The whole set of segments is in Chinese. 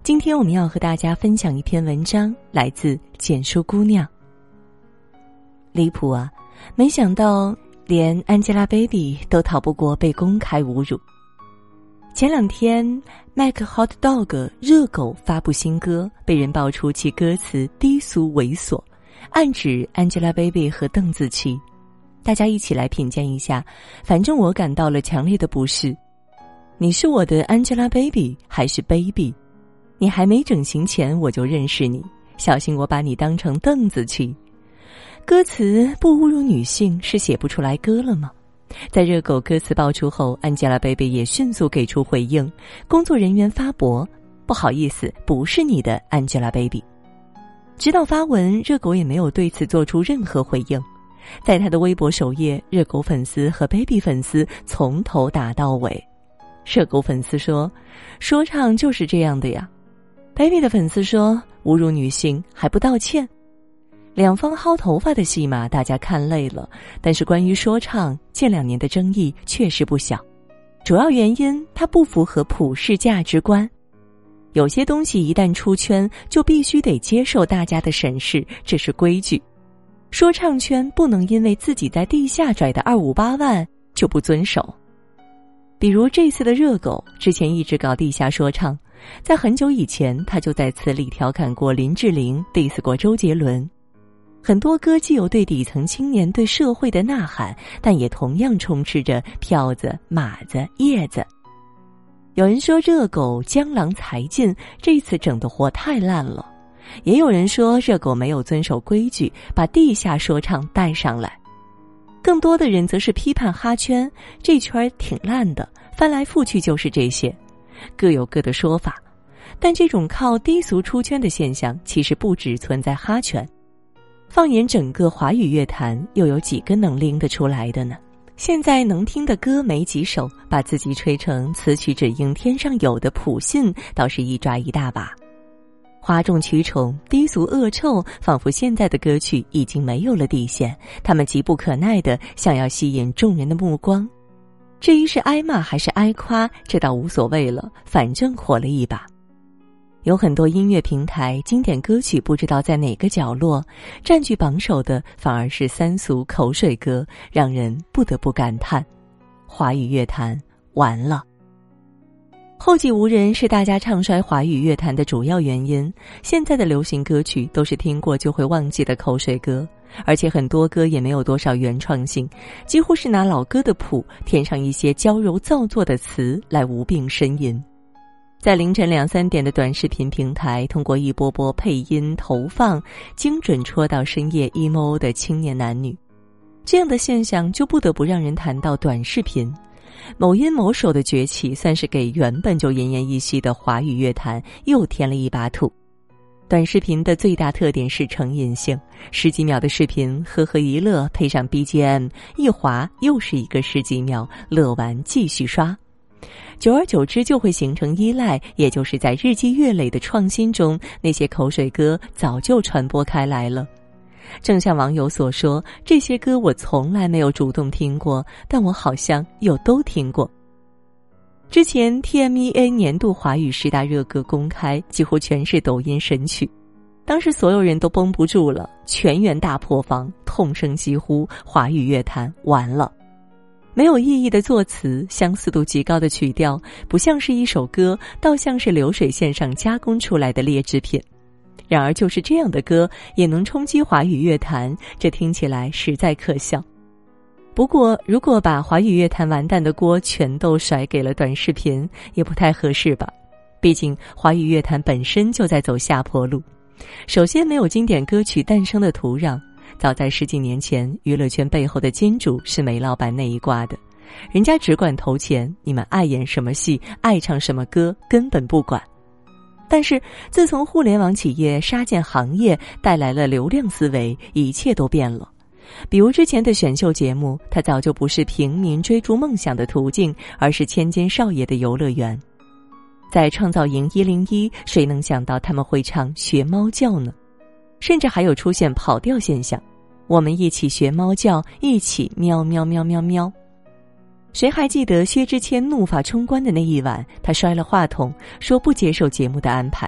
今天我们要和大家分享一篇文章，来自简书姑娘。离谱啊，没想到连 Angelababy 都逃不过被公开侮辱。前两天 Mac Hot Dog 热狗发布新歌，被人爆出其歌词低俗猥琐，暗指 Angelababy 和邓紫棋。大家一起来品鉴一下，反正我感到了强烈的不适。你是我的 Angelababy 还是 Baby？ 你还没整形前我就认识你，小心我把你当成邓紫棋。歌词不侮辱女性是写不出来歌了吗？在热狗歌词爆出后， Angelababy 也迅速给出回应，工作人员发博，不好意思，不是你的 Angelababy。 直到发文，热狗也没有对此做出任何回应。在他的微博首页，热狗粉丝和 Baby 粉丝从头打到尾。热狗粉丝说，说唱就是这样的呀。 Baby 的粉丝说，侮辱女性还不道歉。两方薅头发的戏码大家看累了，但是关于说唱近2年的争议确实不小，主要原因它不符合普世价值观。有些东西一旦出圈，就必须得接受大家的审视，这是规矩。说唱圈不能因为自己在地下拽的258万就不遵守。比如这次的热狗之前一直搞地下说唱，在很久以前他就在词里调侃过林志玲， diss 过周杰伦。很多歌既有对底层青年对社会的呐喊，但也同样充斥着票子、马子、叶子。有人说热狗江郎才尽，这次整的活太烂了。也有人说热狗没有遵守规矩，把地下说唱带上来。更多的人则是批判哈圈，这圈挺烂的，翻来覆去就是这些，各有各的说法。但这种靠低俗出圈的现象其实不只存在哈圈，放眼整个华语乐坛，又有几个能拎得出来的呢？现在能听的歌没几首，把自己吹成此曲只应天上有的普信倒是一抓一大把。哗众取宠、低俗恶臭，仿佛现在的歌曲已经没有了底线，他们急不可耐地想要吸引众人的目光。至于是挨骂还是挨夸，这倒无所谓了，反正火了一把。有很多音乐平台经典歌曲不知道在哪个角落，占据榜首的反而是三俗口水歌，让人不得不感叹，华语乐坛完了。后继无人是大家唱衰华语乐坛的主要原因，现在的流行歌曲都是听过就会忘记的口水歌，而且很多歌也没有多少原创性，几乎是拿老歌的谱填上一些娇柔造作的词来无病呻吟。在凌晨2、3点的短视频平台，通过一波波配音投放，精准戳到深夜 emo 的青年男女。这样的现象就不得不让人谈到短视频。某音某手的崛起，算是给原本就奄奄一息的华语乐坛又添了一把土。短视频的最大特点是成瘾性，10几秒的视频，呵呵一乐，配上 BGM， 一滑又是一个10几秒，乐完继续刷。久而久之就会形成依赖，也就是在日积月累的创新中，那些口水歌早就传播开来了。正像网友所说，这些歌我从来没有主动听过，但我好像又都听过。之前 TMEA 年度华语10大热歌公开，几乎全是抖音神曲。当时所有人都绷不住了，全员大破防，痛声疾呼华语乐坛完了。没有意义的作词，相似度极高的曲调，不像是一首歌，倒像是流水线上加工出来的劣质品。然而就是这样的歌也能冲击华语乐坛，这听起来实在可笑。不过如果把华语乐坛完蛋的锅全都甩给了短视频，也不太合适吧。毕竟华语乐坛本身就在走下坡路。首先没有经典歌曲诞生的土壤，早在10几年前，娱乐圈背后的金主是煤老板那一挂的，人家只管投钱，你们爱演什么戏，爱唱什么歌，根本不管。但是自从互联网企业杀进行业，带来了流量思维，一切都变了。比如之前的选秀节目，它早就不是平民追逐梦想的途径，而是千金少爷的游乐园。在创造营101，谁能想到他们会唱学猫叫呢？甚至还有出现跑调现象，我们一起学猫叫，一起喵喵喵喵喵。谁还记得薛之谦怒发冲冠的那一晚，他摔了话筒，说不接受节目的安排，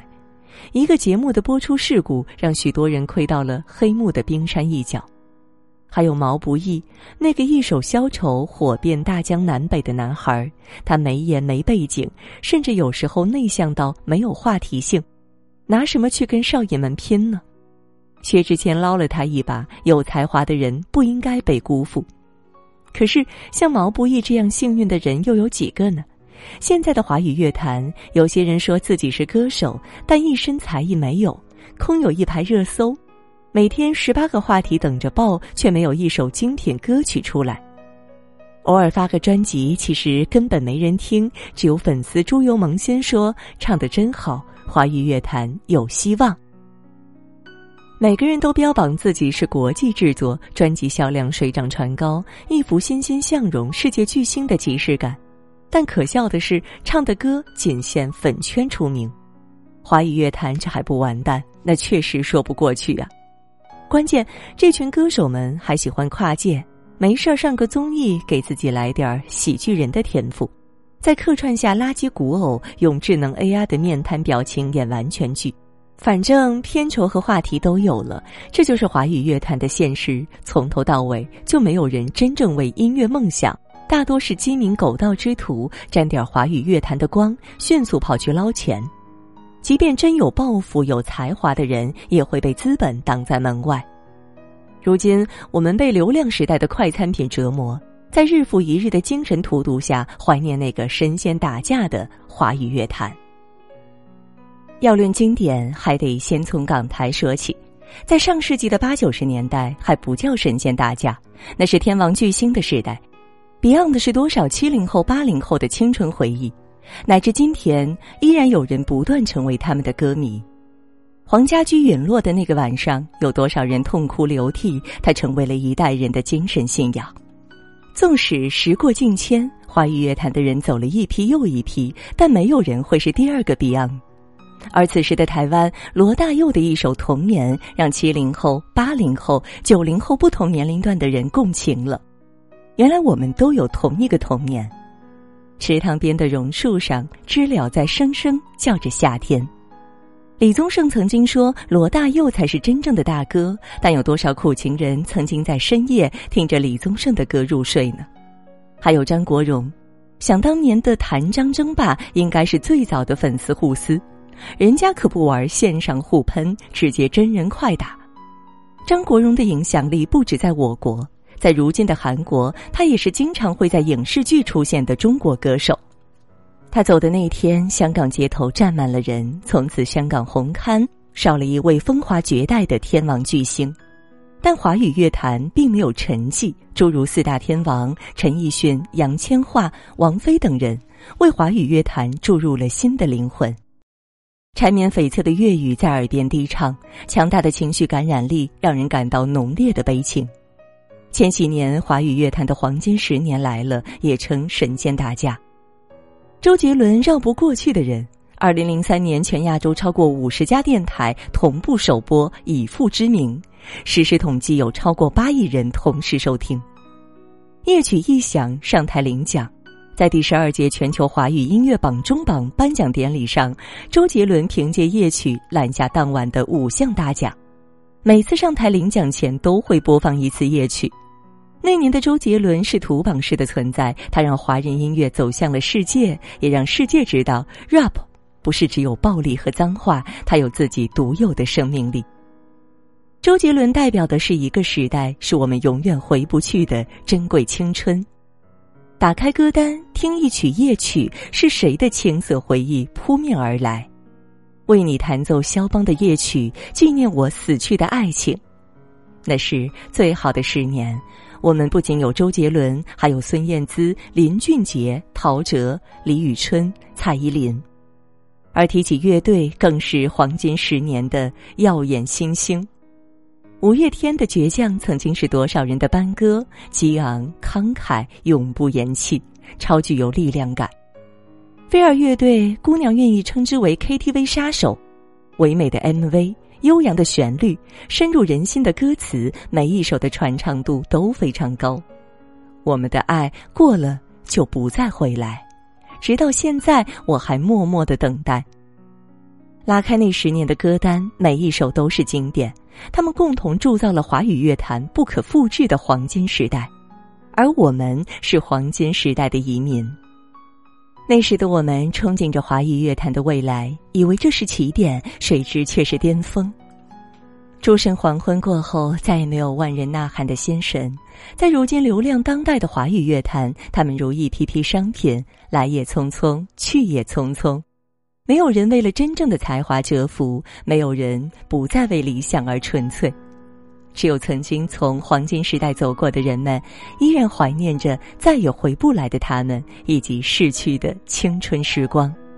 一个节目的播出事故让许多人窥到了黑幕的冰山一角。还有毛不易，那个一手消愁火遍大江南北的男孩，他没颜没背景，甚至有时候内向到没有话题性，拿什么去跟少爷们拼呢？薛之谦捞了他一把，有才华的人不应该被辜负。可是像毛不易这样幸运的人又有几个呢？现在的华语乐坛，有些人说自己是歌手，但一身才艺没有，空有一排热搜，每天18个话题等着报，却没有一首精品歌曲出来。偶尔发个专辑，其实根本没人听，只有粉丝朱由蒙先说唱得真好，华语乐坛有希望。每个人都标榜自己是国际制作，专辑销量水涨船高，一副欣欣向荣世界巨星的即视感。但可笑的是，唱的歌仅限粉圈出名。华语乐坛这还不完蛋，那确实说不过去啊。关键这群歌手们还喜欢跨界，没事上个综艺，给自己来点喜剧人的天赋，在客串下垃圾古偶，用智能 AI 的面瘫表情演完全剧。反正片酬和话题都有了，这就是华语乐坛的现实，从头到尾就没有人真正为音乐梦想，大多是鸡鸣狗盗之徒，沾点华语乐坛的光，迅速跑去捞钱。即便真有抱负有才华的人，也会被资本挡在门外。如今我们被流量时代的快餐品折磨，在日复一日的精神荼毒下，怀念那个神仙打架的华语乐坛。要论经典，还得先从港台说起。在上世纪的80、90年代，还不叫神仙打架，那是天王巨星的时代。Beyond 是多少70后、80后的青春回忆，乃至今天，依然有人不断成为他们的歌迷。黄家驹陨落的那个晚上，有多少人痛哭流涕，他成为了一代人的精神信仰。纵使时过境迁，华语乐坛的人走了一批又一批，但没有人会是第二个 Beyond。而此时的台湾，罗大佑的一首《童年》让70后、80后、90后不同年龄段的人共情了。原来我们都有同一个童年。池塘边的榕树上，知了在声声叫着夏天。李宗盛曾经说罗大佑才是真正的大哥，但有多少苦情人曾经在深夜听着李宗盛的歌入睡呢？还有张国荣，想当年的谭张争霸应该是最早的粉丝互撕，人家可不玩线上互喷，直接真人快打。张国荣的影响力不止在我国，在如今的韩国，他也是经常会在影视剧出现的中国歌手。他走的那天，香港街头站满了人，从此香港红磡少了一位风华绝代的天王巨星。但华语乐坛并没有沉寂，诸如四大天王陈奕迅、杨千嬅、王菲等人，为华语乐坛注入了新的灵魂。缠绵悱恻的粤语在耳边低唱，强大的情绪感染力让人感到浓烈的悲情。千禧年华语乐坛的黄金10年来了，也称神仙打架。周杰伦绕不过去的人，2003年全亚洲超过50家电台同步首播以父之名，实时统计有超过8亿人同时收听。夜曲一响上台领奖，在第12届全球华语音乐榜中榜颁奖典礼上，周杰伦凭借夜曲揽下当晚的5项大奖。每次上台领奖前都会播放一次夜曲。那年的周杰伦是土榜式的存在，他让华人音乐走向了世界，也让世界知道 rap 不是只有暴力和脏话，它有自己独有的生命力。周杰伦代表的是一个时代，是我们永远回不去的珍贵青春。打开歌单，听一曲夜曲，是谁的青涩回忆扑面而来？为你弹奏肖邦的夜曲，纪念我死去的爱情。那是最好的10年，我们不仅有周杰伦，还有孙燕姿、林俊杰、陶喆、李宇春、蔡依林。而提起乐队，更是黄金10年的耀眼新星。五月天的倔强曾经是多少人的班歌，激昂慷慨，永不言弃，超具有力量感。飞儿乐队，姑娘愿意称之为 KTV 杀手，唯美的 MV， 悠扬的旋律，深入人心的歌词，每一首的传唱度都非常高。我们的爱过了就不再回来，直到现在我还默默地等待。 拉开那10年的歌单，每一首都是经典，他们共同铸造了华语乐坛不可复制的黄金时代，而我们是黄金时代的移民。那时的我们憧憬着华语乐坛的未来，以为这是起点，谁知却是巅峰。诸神黄昏过后，再也没有万人呐喊的仙神，在如今流量当代的华语乐坛，他们如一批批商品，来也匆匆，去也匆匆。没有人为了真正的才华折服，没有人不再为理想而纯粹。只有曾经从黄金时代走过的人们，依然怀念着再也回不来的他们，以及逝去的青春时光。